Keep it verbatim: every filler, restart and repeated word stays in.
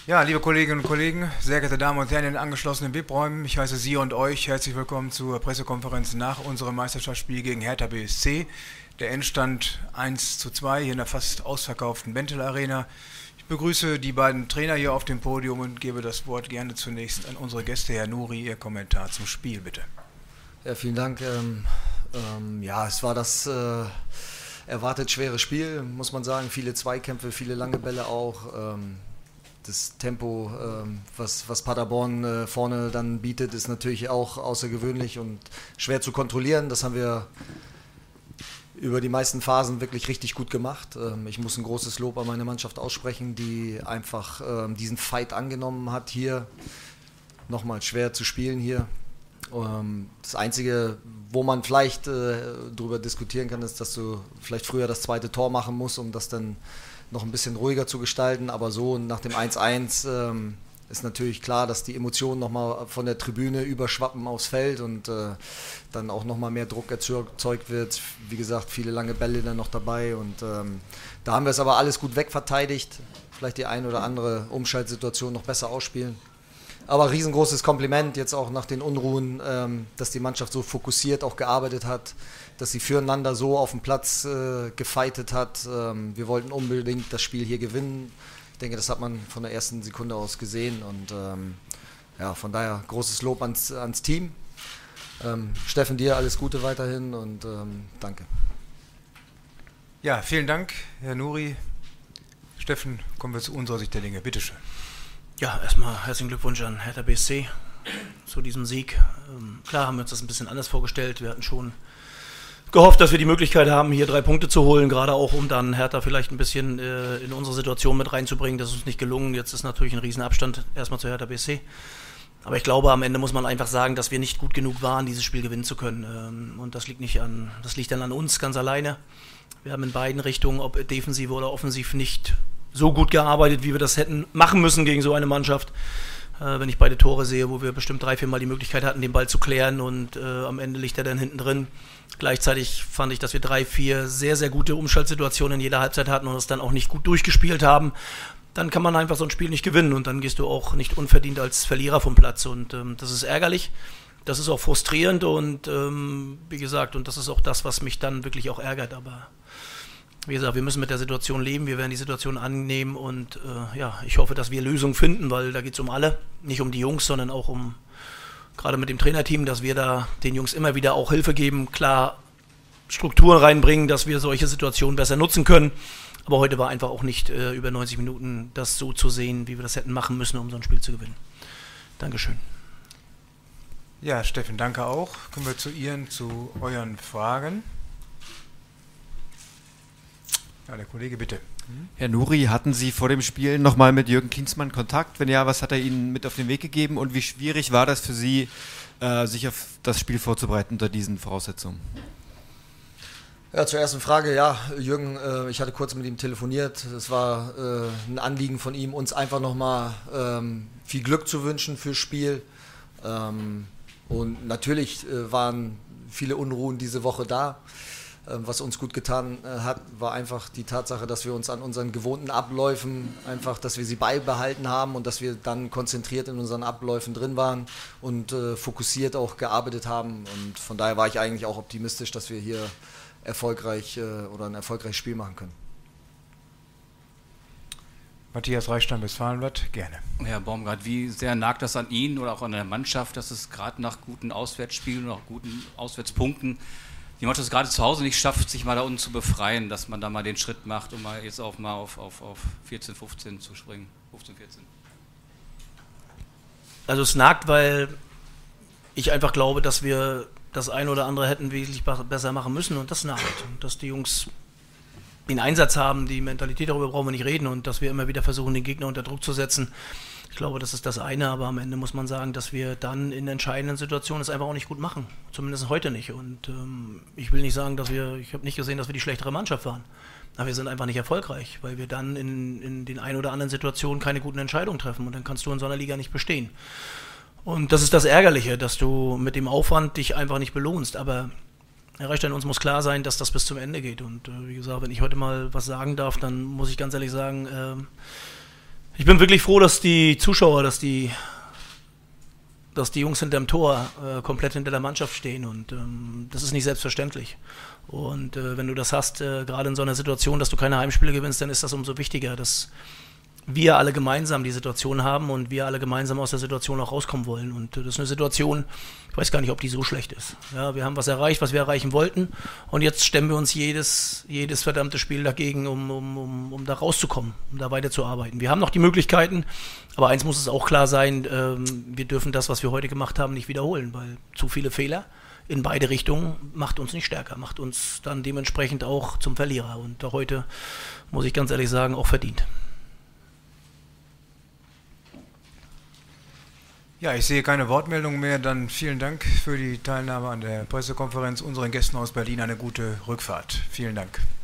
Ja, liebe Kolleginnen und Kollegen, sehr geehrte Damen und Herren in den angeschlossenen V I P-Räumen, ich heiße Sie und euch herzlich willkommen zur Pressekonferenz nach unserem Meisterschaftsspiel gegen Hertha B S C. Der Endstand eins zu zwei hier in der fast ausverkauften Bentel Arena. Ich begrüße die beiden Trainer hier auf dem Podium und gebe das Wort gerne zunächst an unsere Gäste. Herr Nouri, Ihr Kommentar zum Spiel, bitte. Ja, vielen Dank. Ähm, ähm, ja, es war das äh, erwartet schwere Spiel, muss man sagen. Viele Zweikämpfe, viele lange Bälle auch. Ähm, Das Tempo, ähm, was, was Paderborn äh, vorne dann bietet, ist natürlich auch außergewöhnlich und schwer zu kontrollieren. Das haben wir über die meisten Phasen wirklich richtig gut gemacht. Ähm, ich muss ein großes Lob an meine Mannschaft aussprechen, die einfach ähm, diesen Fight angenommen hat hier. Nochmal schwer zu spielen hier. Ähm, das Einzige, wo man vielleicht äh, darüber diskutieren kann, ist, dass du vielleicht früher das zweite Tor machen musst, um das dann noch ein bisschen ruhiger zu gestalten, aber so nach dem eins eins ähm, ist natürlich klar, dass die Emotionen nochmal von der Tribüne überschwappen aufs Feld und äh, dann auch nochmal mehr Druck erzeugt wird. Wie gesagt, viele lange Bälle dann noch dabei und ähm, da haben wir es aber alles gut wegverteidigt, vielleicht die ein oder andere Umschaltsituation noch besser ausspielen. Aber riesengroßes Kompliment jetzt auch nach den Unruhen, ähm, dass die Mannschaft so fokussiert auch gearbeitet hat, dass sie füreinander so auf dem Platz äh, gefightet hat. Ähm, wir wollten unbedingt das Spiel hier gewinnen. Ich denke, das hat man von der ersten Sekunde aus gesehen und ähm, ja, von daher großes Lob ans, ans Team. Ähm, Steffen, dir alles Gute weiterhin und ähm, danke. Ja, vielen Dank, Herr Nouri. Steffen, kommen wir zu unserer Sicht der Dinge. Bitte schön. Ja, erstmal herzlichen Glückwunsch an Hertha B S C zu diesem Sieg. Ähm, klar haben wir uns das ein bisschen anders vorgestellt. Wir hatten schon gehofft, dass wir die Möglichkeit haben, hier drei Punkte zu holen, gerade auch, um dann Hertha vielleicht ein bisschen äh, in unsere Situation mit reinzubringen. Das ist uns nicht gelungen. Jetzt ist natürlich ein Riesenabstand erstmal zu Hertha B S C. Aber ich glaube, am Ende muss man einfach sagen, dass wir nicht gut genug waren, dieses Spiel gewinnen zu können. Ähm, und das liegt nicht an, das liegt dann an uns ganz alleine. Wir haben in beiden Richtungen, ob defensiv oder offensiv, nicht so gut gearbeitet, wie wir das hätten machen müssen gegen so eine Mannschaft. Äh, wenn ich beide Tore sehe, wo wir bestimmt drei, vier Mal die Möglichkeit hatten, den Ball zu klären und äh, am Ende liegt er dann hinten drin. Gleichzeitig fand ich, dass wir drei, vier sehr, sehr gute Umschaltsituationen in jeder Halbzeit hatten und es dann auch nicht gut durchgespielt haben. Dann kann man einfach so ein Spiel nicht gewinnen und dann gehst du auch nicht unverdient als Verlierer vom Platz und ähm, das ist ärgerlich. Das ist auch frustrierend und ähm, wie gesagt, und das ist auch das, was mich dann wirklich auch ärgert, aber wie gesagt, wir müssen mit der Situation leben, wir werden die Situation annehmen und äh, ja, ich hoffe, dass wir Lösungen finden, weil da geht es um alle, nicht um die Jungs, sondern auch um, gerade mit dem Trainerteam, dass wir da den Jungs immer wieder auch Hilfe geben, klar Strukturen reinbringen, dass wir solche Situationen besser nutzen können, aber heute war einfach auch nicht äh, über neunzig Minuten das so zu sehen, wie wir das hätten machen müssen, um so ein Spiel zu gewinnen. Dankeschön. Ja, Steffen, danke auch. Kommen wir zu Ihren, zu euren Fragen. Ja, der Kollege, bitte. Herr Nouri, hatten Sie vor dem Spiel nochmal mit Jürgen Klinsmann Kontakt? Wenn ja, was hat er Ihnen mit auf den Weg gegeben und wie schwierig war das für Sie, äh, sich auf das Spiel vorzubereiten unter diesen Voraussetzungen? Ja, zur ersten Frage, ja, Jürgen, äh, ich hatte kurz mit ihm telefoniert. Es war äh, ein Anliegen von ihm, uns einfach nochmal ähm, viel Glück zu wünschen fürs Spiel. Ähm, und natürlich äh, waren viele Unruhen diese Woche da. Was uns gut getan hat, war einfach die Tatsache, dass wir uns an unseren gewohnten Abläufen einfach, dass wir sie beibehalten haben und dass wir dann konzentriert in unseren Abläufen drin waren und äh, fokussiert auch gearbeitet haben. Und von daher war ich eigentlich auch optimistisch, dass wir hier erfolgreich äh, oder ein erfolgreiches Spiel machen können. Matthias Reichstein, Westfalenblatt, gerne. Herr Baumgart, wie sehr nagt das an Ihnen oder auch an der Mannschaft, dass es gerade nach guten Auswärtsspielen und auch guten Auswärtspunkten die Mannschaft es gerade zu Hause nicht schafft, sich mal da unten zu befreien, dass man da mal den Schritt macht, um mal jetzt auch mal auf, auf, auf vierzehn, fünfzehn zu springen, fünfzehn, vierzehn? Also es nagt, weil ich einfach glaube, dass wir das eine oder andere hätten wesentlich besser machen müssen und das nagt. Und dass die Jungs den Einsatz haben, die Mentalität, darüber brauchen wir nicht reden und dass wir immer wieder versuchen, den Gegner unter Druck zu setzen. Ich glaube, das ist das eine, aber am Ende muss man sagen, dass wir dann in entscheidenden Situationen es einfach auch nicht gut machen. Zumindest heute nicht. Und ähm, ich will nicht sagen, dass wir, ich habe nicht gesehen, dass wir die schlechtere Mannschaft waren. Aber wir sind einfach nicht erfolgreich, weil wir dann in, in den ein oder anderen Situationen keine guten Entscheidungen treffen. Und dann kannst du in so einer Liga nicht bestehen. Und das ist das Ärgerliche, dass du mit dem Aufwand dich einfach nicht belohnst. Aber Herr Reichstein, uns muss klar sein, dass das bis zum Ende geht. Und äh, wie gesagt, wenn ich heute mal was sagen darf, dann muss ich ganz ehrlich sagen, äh, Ich bin wirklich froh, dass die Zuschauer, dass die, dass die Jungs hinterm Tor äh, komplett hinter der Mannschaft stehen und ähm, das ist nicht selbstverständlich. Und äh, wenn du das hast, äh, gerade in so einer Situation, dass du keine Heimspiele gewinnst, dann ist das umso wichtiger, dass wir alle gemeinsam die Situation haben und wir alle gemeinsam aus der Situation auch rauskommen wollen. Und äh, das ist eine Situation, ich weiß gar nicht, ob die so schlecht ist. Ja, wir haben was erreicht, was wir erreichen wollten und jetzt stemmen wir uns jedes, jedes verdammte Spiel dagegen, um, um, um, um da rauszukommen, um da weiterzuarbeiten. Wir haben noch die Möglichkeiten, aber eins muss es auch klar sein, ähm, wir dürfen das, was wir heute gemacht haben, nicht wiederholen, weil zu viele Fehler in beide Richtungen macht uns nicht stärker, macht uns dann dementsprechend auch zum Verlierer. Und heute, muss ich ganz ehrlich sagen, auch verdient. Ja, ich sehe keine Wortmeldungen mehr. Dann vielen Dank für die Teilnahme an der Pressekonferenz. Unseren Gästen aus Berlin eine gute Rückfahrt. Vielen Dank.